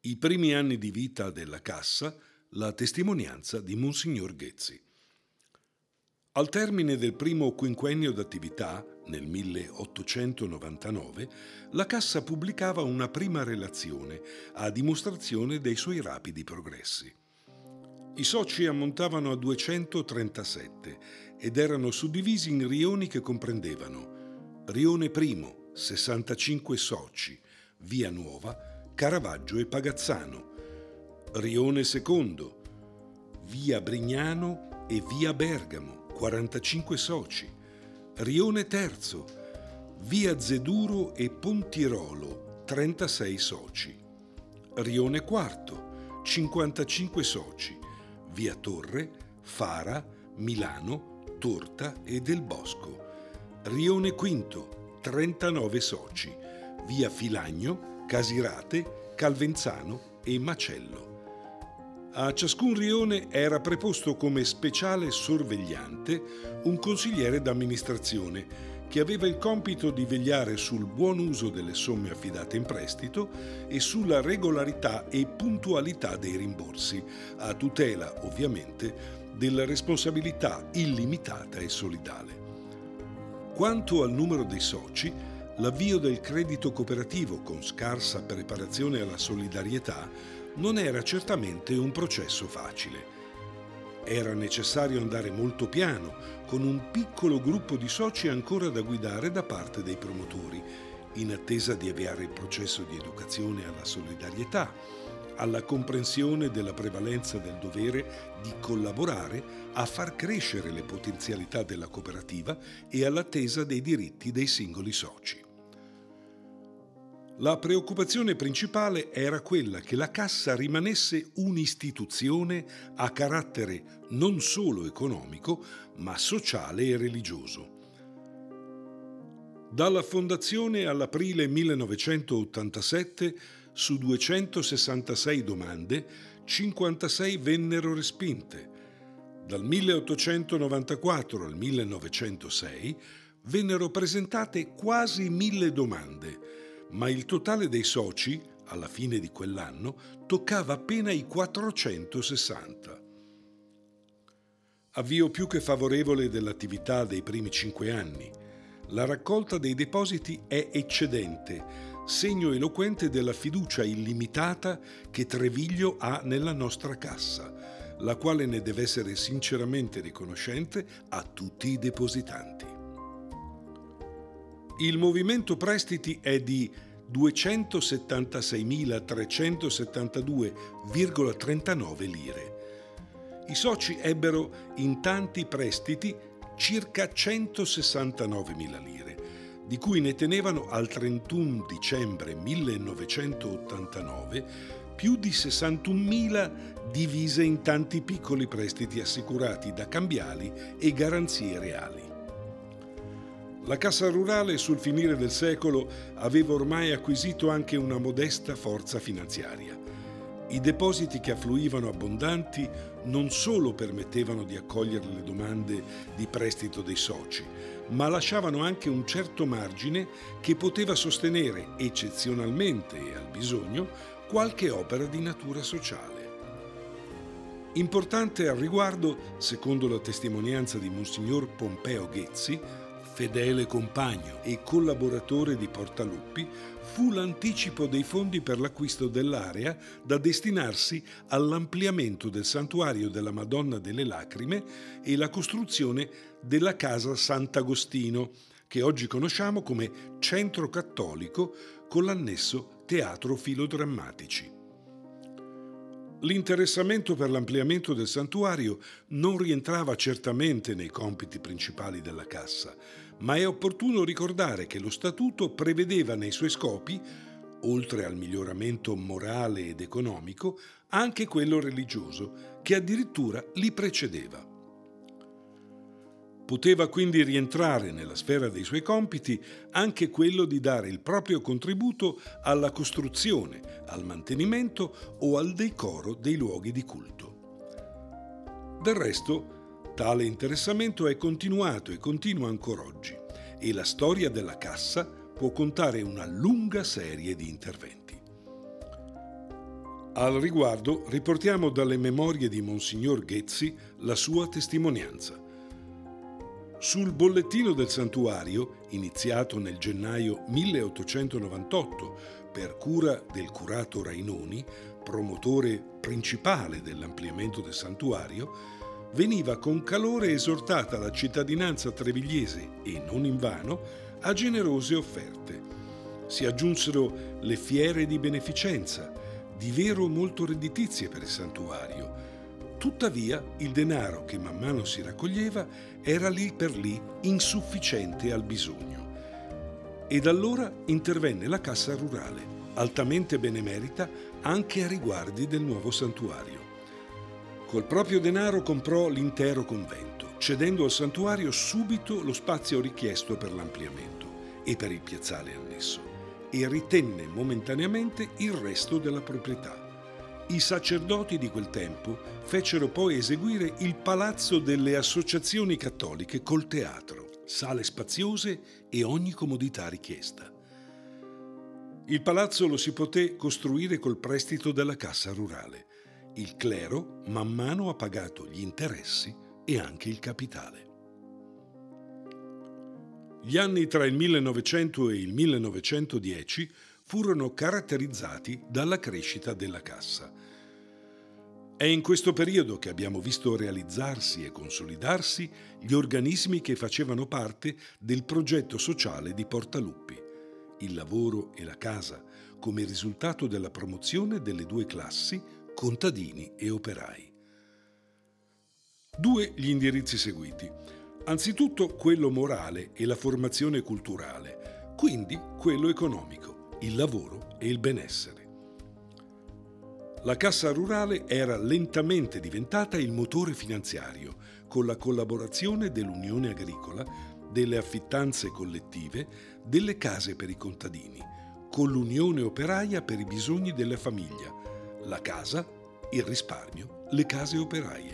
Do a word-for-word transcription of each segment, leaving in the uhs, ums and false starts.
I primi anni di vita della Cassa, la testimonianza di Monsignor Ghezzi. Al termine del primo quinquennio d'attività, nel milleottocentonovantanove, la Cassa pubblicava una prima relazione a dimostrazione dei suoi rapidi progressi. I soci ammontavano a duecentotrentasette ed erano suddivisi in rioni che comprendevano Rione Primo, sessantacinque soci, Via Nuova, Caravaggio e Pagazzano, Rione Secondo, Via Brignano e Via Bergamo, quarantacinque soci, Rione Terzo, Via Zeduro e Pontirolo, trentasei soci, Rione Quarto, cinquantacinque soci, Via Torre, Fara, Milano, Torta e Del Bosco, Rione Quinto, trentanove soci, Via Filagno, Casirate, Calvenzano e Macello. A ciascun rione era preposto come speciale sorvegliante un consigliere d'amministrazione che aveva il compito di vegliare sul buon uso delle somme affidate in prestito e sulla regolarità e puntualità dei rimborsi, a tutela, ovviamente, della responsabilità illimitata e solidale. Quanto al numero dei soci, l'avvio del credito cooperativo con scarsa preparazione alla solidarietà non era certamente un processo facile. Era necessario andare molto piano, con un piccolo gruppo di soci ancora da guidare da parte dei promotori, in attesa di avviare il processo di educazione alla solidarietà, alla comprensione della prevalenza del dovere di collaborare a far crescere le potenzialità della cooperativa e all'attesa dei diritti dei singoli soci. La preoccupazione principale era quella che la Cassa rimanesse un'istituzione a carattere non solo economico, ma sociale e religioso. Dalla fondazione all'aprile millenovecentottantasette, su duecentosessantasei domande, cinquantasei vennero respinte. Dal milleottocentonovantaquattro al millenovecentosei vennero presentate quasi mille domande, ma il totale dei soci, alla fine di quell'anno, toccava appena i quattrocentosessanta. Avvio più che favorevole dell'attività dei primi cinque anni. La raccolta dei depositi è eccedente, segno eloquente della fiducia illimitata che Treviglio ha nella nostra Cassa, la quale ne deve essere sinceramente riconoscente a tutti i depositanti. Il movimento prestiti è di duecentosettantaseimilatrecentosettantadue virgola trentanove lire. I soci ebbero in tanti prestiti circa centosessantanovemila lire, di cui ne tenevano al trentuno dicembre millenovecentottantanove più di sessantunomila divise in tanti piccoli prestiti assicurati da cambiali e garanzie reali. La Cassa Rurale sul finire del secolo aveva ormai acquisito anche una modesta forza finanziaria. I depositi che affluivano abbondanti non solo permettevano di accogliere le domande di prestito dei soci, ma lasciavano anche un certo margine che poteva sostenere eccezionalmente e al bisogno qualche opera di natura sociale. Importante al riguardo, secondo la testimonianza di Monsignor Pompeo Ghezzi, fedele compagno e collaboratore di Portaluppi, fu l'anticipo dei fondi per l'acquisto dell'area da destinarsi all'ampliamento del santuario della Madonna delle Lacrime e la costruzione della casa Sant'Agostino, che oggi conosciamo come Centro Cattolico con l'annesso Teatro Filodrammatici. L'interessamento per l'ampliamento del santuario non rientrava certamente nei compiti principali della Cassa, ma è opportuno ricordare che lo Statuto prevedeva nei suoi scopi, oltre al miglioramento morale ed economico, anche quello religioso, che addirittura li precedeva. Poteva quindi rientrare nella sfera dei suoi compiti anche quello di dare il proprio contributo alla costruzione, al mantenimento o al decoro dei luoghi di culto. Del resto, tale interessamento è continuato e continua ancora oggi, e la storia della Cassa può contare una lunga serie di interventi. Al riguardo riportiamo dalle memorie di Monsignor Ghezzi la sua testimonianza. Sul bollettino del santuario, iniziato nel gennaio milleottocentonovantotto per cura del curato Rainoni, promotore principale dell'ampliamento del santuario, veniva con calore esortata la cittadinanza trevigliese, e non invano, a generose offerte. Si aggiunsero le fiere di beneficenza, di vero molto redditizie per il santuario. Tuttavia, il denaro che man mano si raccoglieva era lì per lì insufficiente al bisogno. Ed allora intervenne la Cassa Rurale, altamente benemerita anche a riguardi del nuovo santuario. Col proprio denaro comprò l'intero convento, cedendo al santuario subito lo spazio richiesto per l'ampliamento e per il piazzale annesso, e ritenne momentaneamente il resto della proprietà. I sacerdoti di quel tempo fecero poi eseguire il Palazzo delle Associazioni Cattoliche col teatro, sale spaziose e ogni comodità richiesta. Il palazzo lo si poté costruire col prestito della Cassa Rurale. Il clero man mano ha pagato gli interessi e anche il capitale. Gli anni tra il millenovecento e il millenovecentodieci furono caratterizzati dalla crescita della Cassa. È in questo periodo che abbiamo visto realizzarsi e consolidarsi gli organismi che facevano parte del progetto sociale di Portaluppi, il lavoro e la casa, come risultato della promozione delle due classi, contadini e operai. Due gli indirizzi seguiti. Anzitutto quello morale e la formazione culturale, quindi quello economico, il lavoro e il benessere. La Cassa Rurale era lentamente diventata il motore finanziario, con la collaborazione dell'Unione Agricola, delle affittanze collettive, delle case per i contadini, con l'Unione Operaia per i bisogni della famiglia, la casa, il risparmio, le case operaie.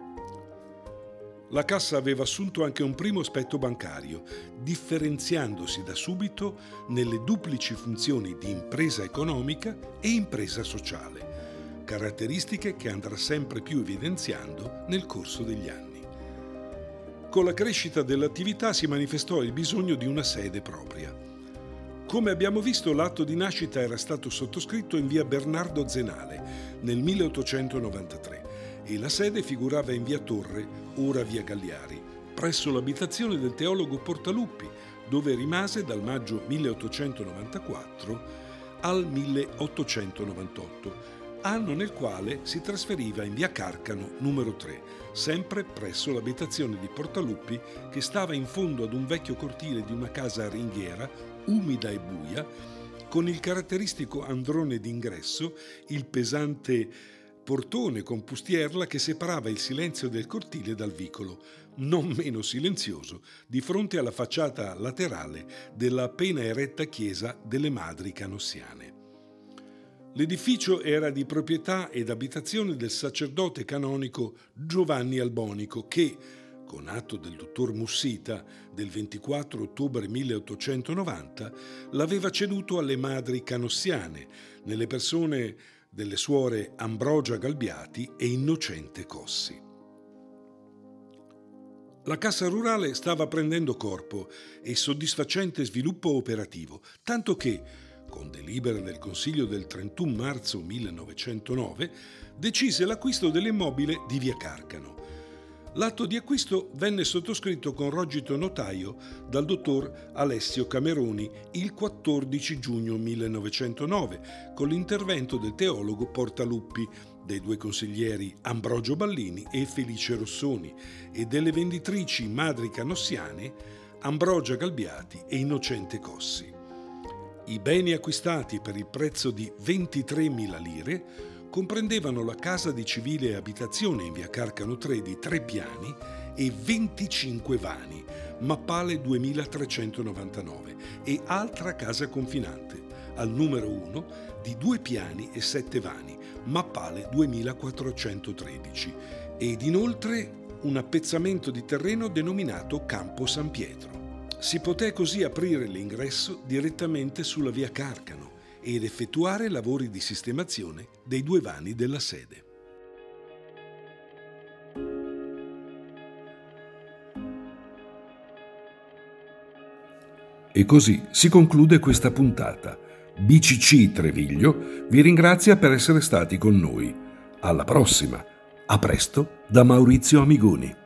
La Cassa aveva assunto anche un primo aspetto bancario, differenziandosi da subito nelle duplici funzioni di impresa economica e impresa sociale, caratteristiche che andrà sempre più evidenziando nel corso degli anni. Con la crescita dell'attività si manifestò il bisogno di una sede propria. Come abbiamo visto, l'atto di nascita era stato sottoscritto in via Bernardo Zenale nel milleottocentonovantatré e la sede figurava in via Torre, ora via Galliari, presso l'abitazione del teologo Portaluppi, dove rimase dal maggio milleottocentonovantaquattro al milleottocentonovantotto, anno nel quale si trasferiva in via Carcano numero tre, sempre presso l'abitazione di Portaluppi, che stava in fondo ad un vecchio cortile di una casa a ringhiera, umida e buia, con il caratteristico androne d'ingresso, il pesante portone con pustierla che separava il silenzio del cortile dal vicolo, non meno silenzioso di fronte alla facciata laterale della appena eretta chiesa delle Madri Canossiane. L'edificio era di proprietà ed abitazione del sacerdote canonico Giovanni Albonico che, con atto del dottor Mussita del ventiquattro ottobre milleottocentonovanta, l'aveva ceduto alle Madri Canossiane, nelle persone delle suore Ambrogia Galbiati e Innocente Cossi. La Cassa Rurale stava prendendo corpo e soddisfacente sviluppo operativo, tanto che, con delibera del Consiglio del trentuno marzo millenovecentonove, decise l'acquisto dell'immobile di via Carcano. L'atto di acquisto venne sottoscritto con rogito notaio dal dottor Alessio Cameroni il quattordici giugno millenovecentonove, con l'intervento del teologo Portaluppi, dei due consiglieri Ambrogio Ballini e Felice Rossoni e delle venditrici Madri Canossiane Ambrogia Galbiati e Innocente Cossi. I beni acquistati per il prezzo di ventitremila lire comprendevano la casa di civile abitazione in via Carcano tre di tre piani e venticinque vani, mappale duemilatrecentonovantanove, e altra casa confinante, al numero uno, di due piani e sette vani, mappale duemilaquattrocentotredici, ed inoltre un appezzamento di terreno denominato Campo San Pietro. Si poté così aprire l'ingresso direttamente sulla via Carcano ed effettuare lavori di sistemazione dei due vani della sede. E così si conclude questa puntata. B C C Treviglio vi ringrazia per essere stati con noi. Alla prossima. A presto da Maurizio Amigoni.